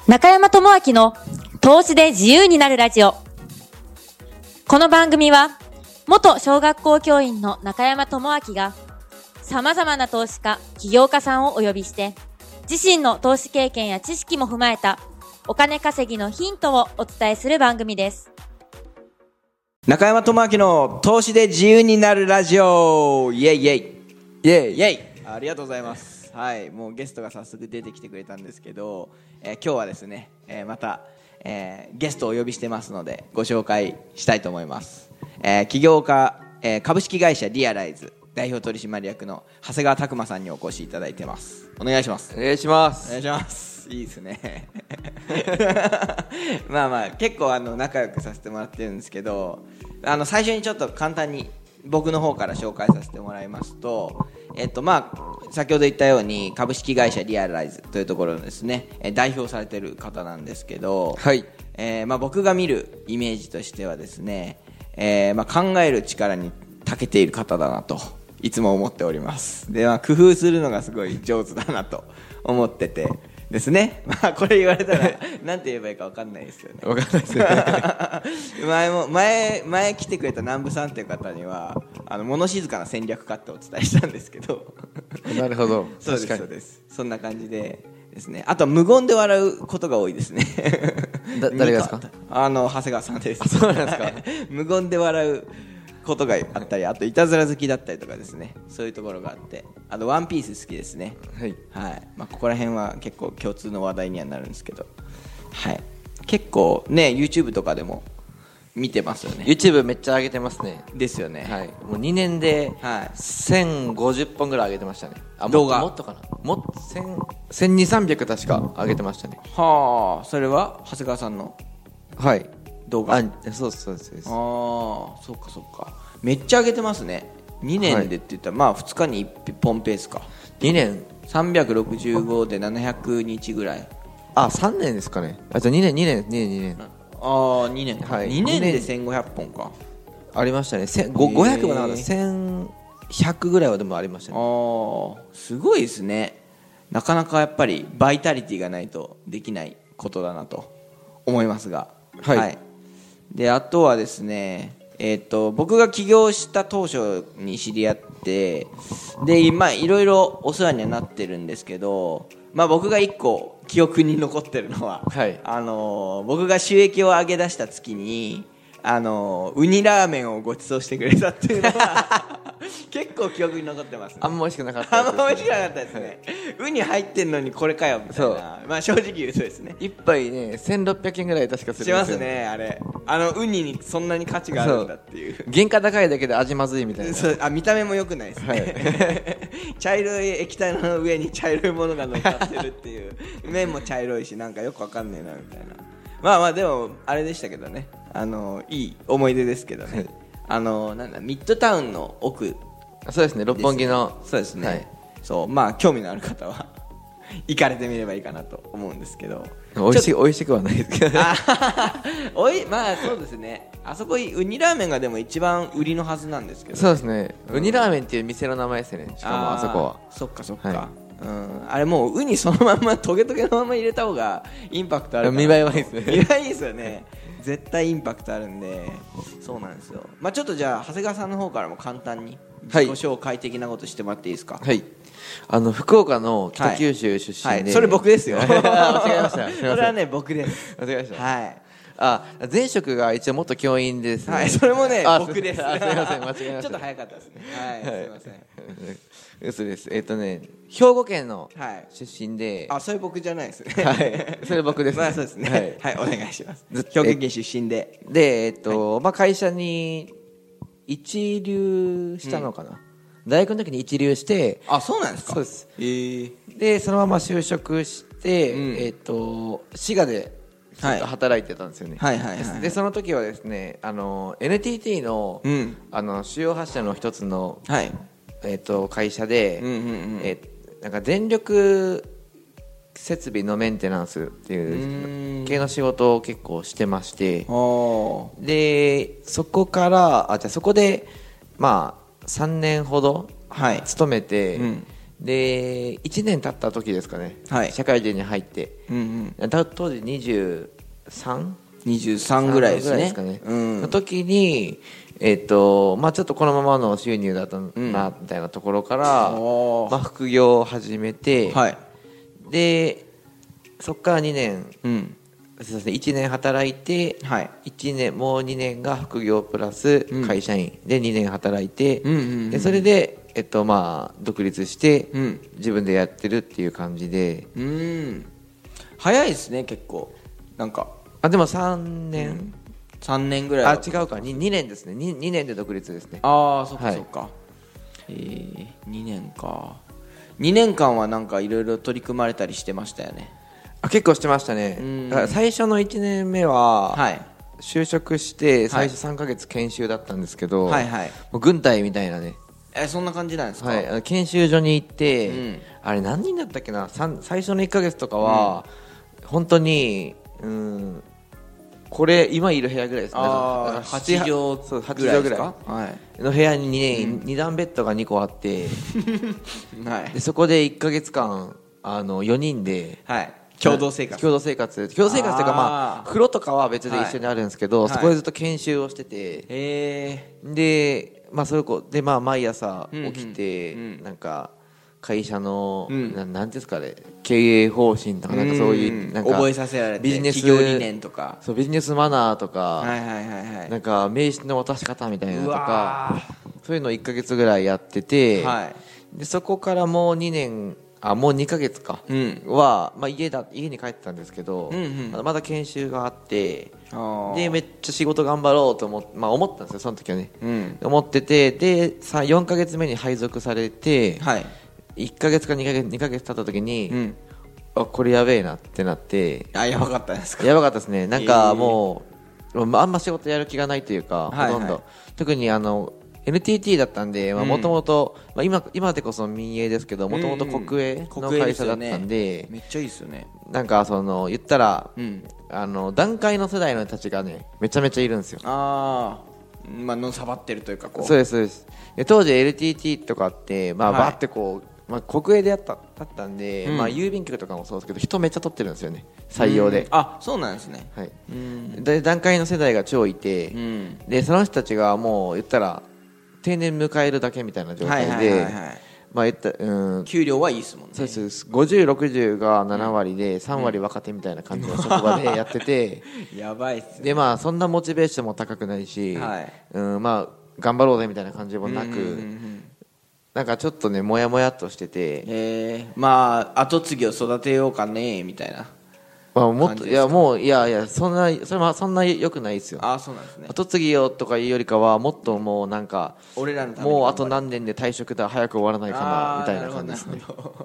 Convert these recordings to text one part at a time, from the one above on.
中山智明の投資で自由になるラジオ。この番組は元小学校教員の中山智明が様々な投資家、起業家さんをお呼びして自身の投資経験や知識も踏まえたお金稼ぎのヒントをお伝えする番組です。 中山智明の投資で自由になるラジオ、イエイイエイイエイイエイ。ありがとうございます。はい、もうゲストが早速出てきてくれたんですけど、今日はですね、また、ゲストをお呼びしてますのでご紹介したいと思います。起業家、株式会社リアライズ代表取締役の長谷川拓馬さんにお越しいただいてます。お願いします。 お願いします。 お願いします。いいですねまあまあ結構仲良くさせてもらってるんですけど、最初にちょっと簡単に僕の方から紹介させてもらいますと、まあ先ほど言ったように株式会社リアライズというところのですね、代表されてる方なんですけど、 はい。 まあ、僕が見るイメージとしてはですね、まあ、考える力に長けている方だなといつも思っております。で、まあ、工夫するのがすごい上手だなと思っててですね、まあ、これ言われたらなんて言えばいいか分かんないですよね。 分かんないですよね前来てくれた南部さんっていう方には物静かな戦略家ってお伝えしたんですけどなるほど。 そうですそうです。そんな感じでですね。あとは無言で笑うことが多いですね誰がですか？ 長谷川さんです。 そうなんですか無言で笑うことがあったり、あといたずら好きだったりとかですね、そういうところがあって、あとワンピース好きですね。 はい、 はい。まあ、ここら辺は結構共通の話題にはなるんですけど、はい、結構ね YouTube とかでも見てますよね。 YouTube めっちゃ上げてますね。 ですよね。 はい。もう2年で1050本ぐらい上げてましたね。 動画もっとかな、1200-300確か上げてましたね。 はあ。それは長谷川さんのはい動画。 そうですそうです。 ああ、そっかそっか。めっちゃ上げてますね。2年でって言ったら、まあ2日に1本ペースか。 2年 365で700日ぐらい。 3年ですかね。じゃあ2年ああ、2年か、 はい、 2年で1500本かありましたね。500はなかった1100ぐらいはでもありましたね。 ああ、すごいですね。なかなかやっぱりバイタリティがないとできないことだなと思いますが、 はい、 はい。で、あとはですね、僕が起業した当初に知り合って、で今いろいろお世話にはなってるんですけど、まあ、僕が1個記憶に残ってるのは、 はい、 僕が収益を上げ出した月にウニラーメンをご馳走してくれたっていうのは結構記憶に残ってますね。 あんま美味しくなかったですね。 あんま美味しくなかったですね、はい、ウニ入ってんのにこれかよみたいな。まあ正直言うとですね、 一杯ね1600円ぐらい確かするんですよ。 しますね。あれウニにそんなに価値があるんだっていう。 原価高いだけで味まずいみたいな。 そう、見た目も良くないですね、はい、茶色い液体の上に茶色いものが乗っかってるっていう麺も茶色いし、なんかよくわかんねえなみたいな。まあまあでもあれでしたけどね、いい思い出ですけどね、なんだミッドタウンの奥。 そうですね、六本木の。 そうですね、 はい、 そう、まあ興味のある方は行かれてみればいいかなと思うんですけど、 美味しくはないですけどまあそうですね、あそこウニラーメンがでも一番売りのはずなんですけど、ね、 そうですね、ウニラーメンっていう店の名前ですね。しかもあそこはそっかそっか、 はい、 あれもうウニそのまんまトゲトゲのまま入れた方がインパクトあるから。 見栄えはいいですね。 見栄えいいですよね絶対インパクトあるんで。そうなんですよ。まあ、ちょっとじゃあ長谷川さんの方からも簡単に自己紹介的なことしてもらっていいですか？ はい、福岡の北九州出身で、 はいはい、それ僕ですよ間違えましたそれはね僕です。 間違えました。 はい、 前職が一応元教員ですね。 はい、それもね僕です。 すみません、間違えました。 ちょっと早かったですね。はい、すみません嘘です。兵庫県の出身で、 はい、それ僕じゃないですね。 はい、それ僕です、 まあそうですね。はい、はい、お願いします。兵庫県出身で、 はい、まあ会社に一流したのかな。大学の時に一流して。 あ、そうなんですか？ そうです。でそのまま就職して、滋賀でずっと働いてたんですよね。 はいはいはいはい、 でその時はですね、NTT の、主要発社の一つの、 はい、 会社で、なんか電力設備のメンテナンスっていう系の仕事を結構してまして、でそこからそこでまあ3年ほど勤めて、 で1年経った時ですかね、 はい、 社会人に入って、当時23 ぐらいですね。 の時に、ちょっとこのままの収入だったな、みたいなところから、副業を始めて、はい、でそこから2年、1年働いて、はい、もう2年が副業プラス会社員で2年働いて、でそれで、独立して、自分でやってるっていう感じで、 早いですね結構。なんかでも3年、 3年ぐらい。 違うか 2年ですね。 2年で独立ですね。 そっかそっか、2年か。2年間はなんかいろいろ取り組まれたりしてましたよね。 結構してましたね。だから最初の1年目は、はい、就職して最初3ヶ月研修だったんですけど、はいはい、もう軍隊みたいなね。 そんな感じなんですか。 はい、研修所に行って、あれ何人だったっけな、最初の1ヶ月とかは、本当にこれ今いる部屋ぐらいですね。 8畳ぐらいの部屋に2段ベッドが2個あって、はい、でそこで1ヶ月間4人で、はい、 共同生活というか、 風呂とかは別で一緒にあるんですけど、そこでずっと研修をしてて、でそれで毎朝起きて、なんか会社の、なんですかね、経営方針とか、なんかそういうなんか覚えさせられて、 ビジネス企業理念とか、 ビジネスマナーとか、なんか名刺の渡し方みたいなとか、そういうのを1ヶ月ぐらいやってて、でそこからもう2年もう2ヶ月か、は、家に帰ってたんですけど、まだ研修があって、でめっちゃ仕事頑張ろうと思ったんですよ、その時はね、思ってて、で4ヶ月目に配属されて、1ヶ月か2ヶ月経った時に、これやべえなってなって。 やばかったですか。 やばかったですね。なんかもう、あんま仕事やる気がないというか、ほとんど、特にNTT だったんで、もともと今でこそ民営ですけど、もともと国営の会社だったんで、 めっちゃいいですよね。 なんか言ったら、団塊の世代の人たちがね、めちゃめちゃいるんですよ。 のさばってるというか、 そうですそうです。で当時 NTT とかってバーって国営でだったんで、郵便局とかもそうですけど、人めっちゃ取ってるんですよね、採用で。 そうなんですね。はい。 で段階の世代が超いて、でその人たちがもう言ったら定年迎えるだけみたいな状態で、 給料はいいですもんね。 そうです。50、60が7割で、3割若手みたいな感じの職場でやっててやばいっすね。 でそんなモチベーションも高くないし、頑張ろうぜみたいな感じもなく、なんかちょっとねもやもやっとしてて、 後継ぎを育てようかねみたいな。 もっとそんな良くないですよ。 そうなんですね。 後継ぎよとかいうよりかは、もっともうなんか俺らのためにもうあと何年で退職だ、早く終わらないかなみたいな感じですね。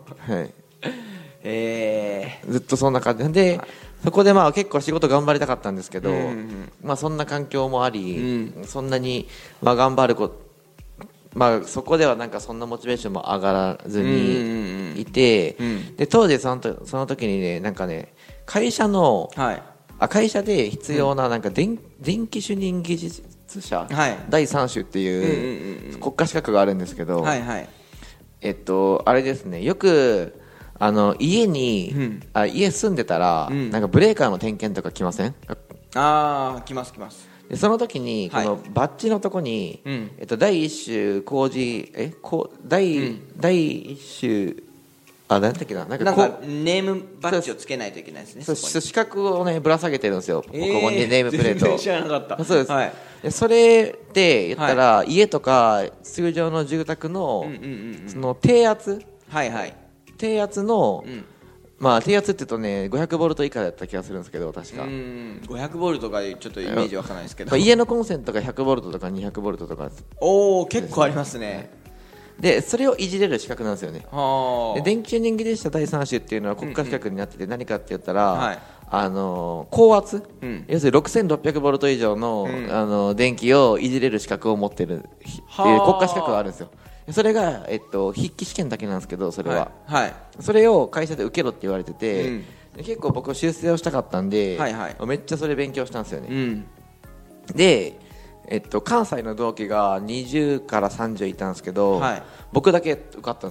はい。ずっとそんな感じで、そこで結構仕事頑張りたかったんですけど、そんな環境もあり、そんなに頑張るそこではなんかそんなモチベーションも上がらずにいて、で当時その時にね、なんかね、会社で必要ななんか電気主任技術者、第3種っていう国家資格があるんですけど、あれですね、よく家住んでたら、なんかブレーカーの点検とか来ません？ 来ます。 でその時にこのバッジのとこに、第一種工事第一種なんだっけな、なんかネームバッジをつけないといけないですね。 資格をねぶら下げてるんですよ、ここにネームプレート。 全然知らなかった。 そうです。それで言ったら、家とか通常の住宅のその低圧の、低圧って言うとね、500ボルト以下だった気がするんですけど、確か。 500ボルトがちょっとイメージわかんないですけど。 家のコンセントが100ボルトとか200ボルトとか。 結構ありますね。 でそれをいじれる資格なんですよね。で電気チューニング技術者第3種っていうのは国家資格になってて、何かって言ったら、高圧、要するに6600ボルト以上の、電気をいじれる資格を持ってるっていう国家資格があるんですよ。それが、筆記試験だけなんですけど、それは、それを会社で受けろって言われてて、結構僕修正をしたかったんで、めっちゃそれ勉強したんですよね。で関西の同期が20から30いたんですけど、僕だけ受かったんですよ。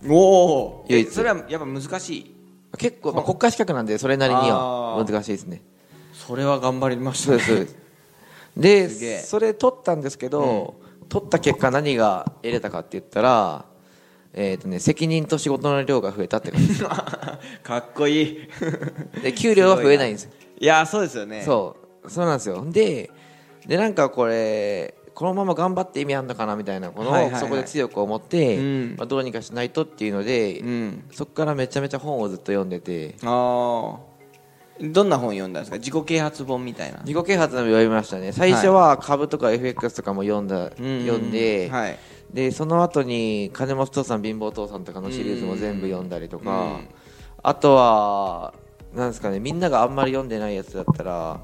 おお、 唯一それはやっぱ難しい。 結構、国家資格なんでそれなりには難しいですね。 それは頑張りましたね。 そうですでそれ取ったんですけど、取った結果何が得れたかって言ったら、責任と仕事の量が増えたって感じですかっこいい。 で給料は増えないんですよ。 いやそうですよね。 そうなんですよ。でなんかこのまま頑張って意味あるのかなみたいなこの、そこで強く思って、どうにかしないとっていうので、そこからめちゃめちゃ本をずっと読んでて。 どんな本読んだんですか？自己啓発本みたいな。 自己啓発の読みましたね。最初は株とか FX とかも読んで、でその後に金持ち父さん貧乏父さんとかのシリーズも全部読んだりとか、あとはなんですかね、みんながあんまり読んでないやつだったら、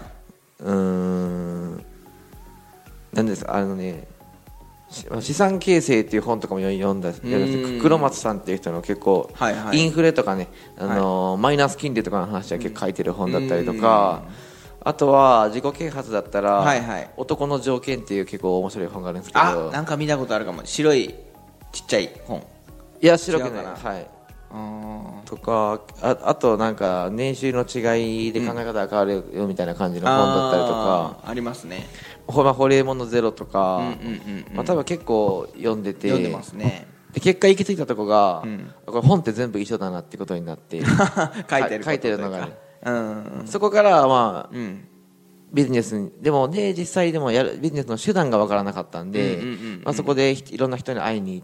なんです資産形成っていう本とかも読んだ黒松さんっていう人の結構、インフレとかね、マイナス金利とかの話は結構書いてる本だったりとか、あとは自己啓発だったら、男の条件っていう結構面白い本があるんですけど、 なんか見たことあるかも。白いちっちゃい本。 いや白くないとか、あとなんか年収の違いで考え方が変わるよみたいな感じの本だったりとか、 ありますね。 ホリエモンのゼロとか、多分結構読んでますね。 で結果行き着いたとこが、これ本って全部一緒だなってことになって書いてるのがね、 そこからビジネスにでもね、実際でもビジネスの手段が分からなかったんで、そこでいろんな人に会いに行って、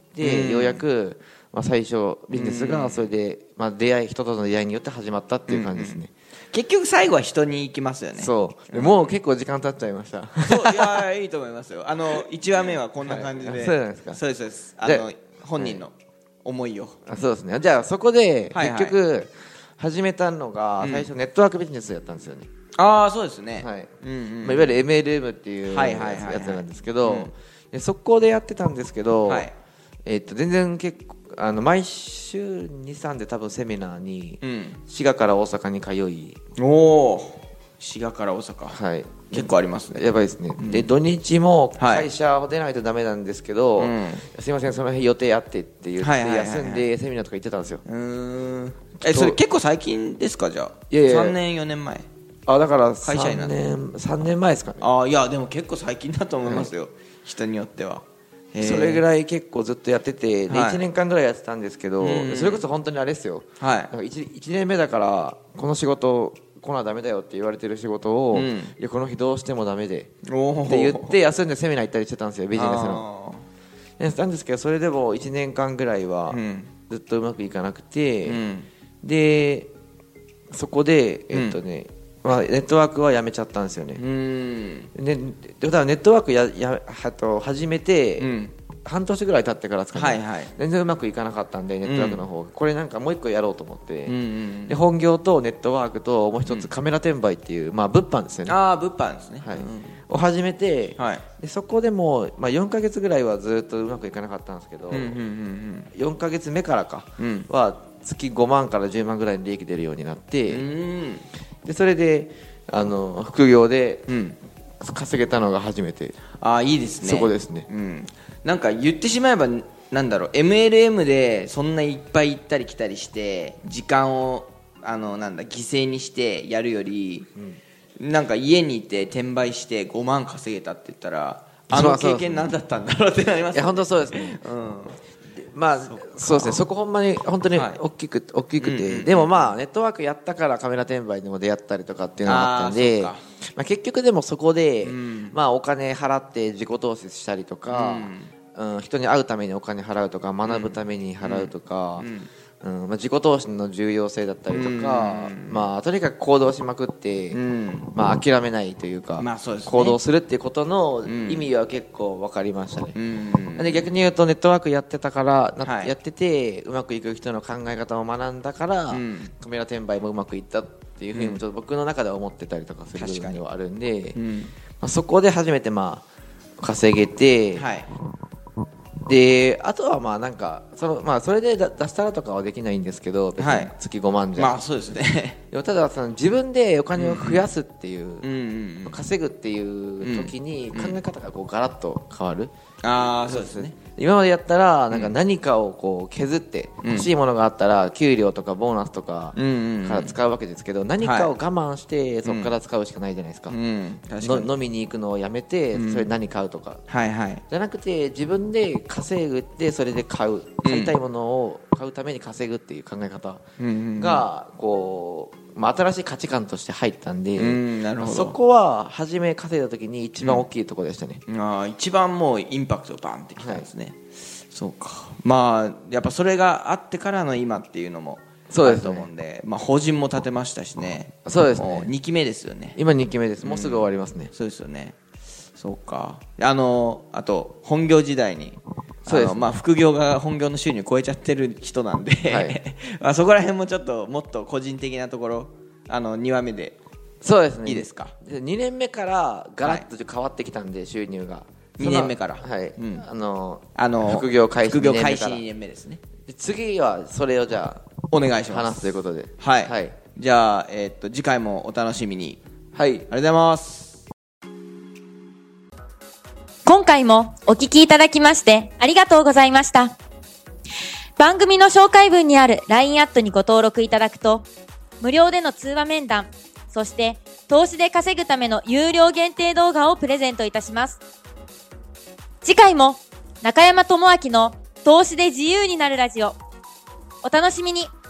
ようやく最初ビジネスがそれで、人との出会いによって始まったっていう感じですね。 結局最後は人に行きますよね。 もう結構時間経っちゃいました。 いやいいと思いますよ。1話目はこんな感じで、 そうなんですか。 そうです本人の思いを。 そうですね。じゃあそこで結局始めたのが最初ネットワークビジネスやったんですよね。 そうですね。 いわゆる MLM っていうやつなんですけど、速攻でやってたんですけど、全然結構毎週 2,3 で多分セミナーに滋賀から大阪に通い、滋賀から大阪、結構ありますね。 やばいですね。で土日も会社を出ないとダメなんですけど、すいませんその日予定あってって言って休んでセミナーとか行ってたんですよ。 それ結構最近ですか？じゃあ3年4年前。 だから3年前ですかね。 いやでも結構最近だと思いますよ、人によっては。 それぐらい結構ずっとやってて、で1年間ぐらいやってたんですけど、それこそ本当にあれですよ、1年目だからこの仕事このはダメだよって言われてる仕事を、いやこの日どうしてもダメでって言って休んでセミナー行ったりしてたんですよ、ビジネスの。やってたんですけど、それでも1年間ぐらいはずっとうまくいかなくて、でそこでネットワークはやめちゃったんですよね。だからネットワーク始めて、半年ぐらい経ってからですかね、全然うまくいかなかったんで、ネットワークの方、これなんかもう一個やろうと思って、で本業とネットワークともう一つカメラ転売っていう、物販ですよね。 物販ですね。 を始めて、でそこでも4ヶ月ぐらいはずっとうまくいかなかったんですけど、4ヶ月目からは月5万から10万ぐらいの利益出るようになって、でそれで副業で稼げたのが初めて。 いいですね。 そこですね。 なんか言ってしまえばなんだろう、 MLM でそんないっぱい行ったり来たりして時間を犠牲にしてやるより、なんか家にいて転売して5万稼げたって言ったら、経験何だったんだろうってなりますね。 本当そうですね。そうですね。そこほんまに本当に大きくて、でもネットワークやったからカメラ転売にも出会ったりとかっていうのがあったんで、結局でもそこでお金払って自己投資したりとか、人に会うためにお金払うとか、学ぶために払うとか、自己投資の重要性だったりとか、とにかく行動しまくって、諦めないというか、行動するっていうことの意味は結構分かりましたね。で逆に言うとネットワークやってたからやっててうまくいく人の考え方を学んだから、カメラ転売もうまくいったっていうふうにもちょっと僕の中では思ってたりとかする部分ではあるんで、そこで初めて稼げて、であとはなんかそれで脱サラとかはできないんですけど、別に月5万じゃ、 そうですね。 でもただ自分でお金を増やすっていう、稼ぐっていう時に考え方がガラッと変わる。 そうですね。 今までやったらなんか何かをこう削って欲しいものがあったら給料とかボーナスとかから使うわけですけど、何かを我慢してそこから使うしかないじゃないですか。飲みに行くのをやめてそれ何買うとかじゃなくて、自分で稼ぐってそれで買いたいものを買うために稼ぐっていう考え方がこう、新しい価値観として入ったんで、そこは初め稼いだ時に一番大きいところでしたね。 一番もうインパクトバンってきたんですね。そうか。まあやっぱそれがあってからの今っていうのもあると思うんで、法人も建てましたしね。 そうですね。 2期目ですよね。 今2期目です。もうすぐ終わりますね。 そうですよね。そうか。あと本業時代にそうです、ね、副業が本業の収入超えちゃってる人なんで、そこら辺もちょっともっと個人的なところ2話目でそうですね、 いいですか。 2年目からガラッと変わってきたんで、収入が 2年目から、 副業開始 2年目ですね。 で次はそれをじゃあお願いします。 話すということで、 じゃあ、次回もお楽しみに。 はい、ありがとうございます。 今回もお聞きいただきましてありがとうございました。番組の紹介文にある LINE アットにご登録いただくと、無料での通話面談、そして投資で稼ぐための有料限定動画をプレゼントいたします。次回も中山智明の投資で自由になるラジオ、お楽しみに。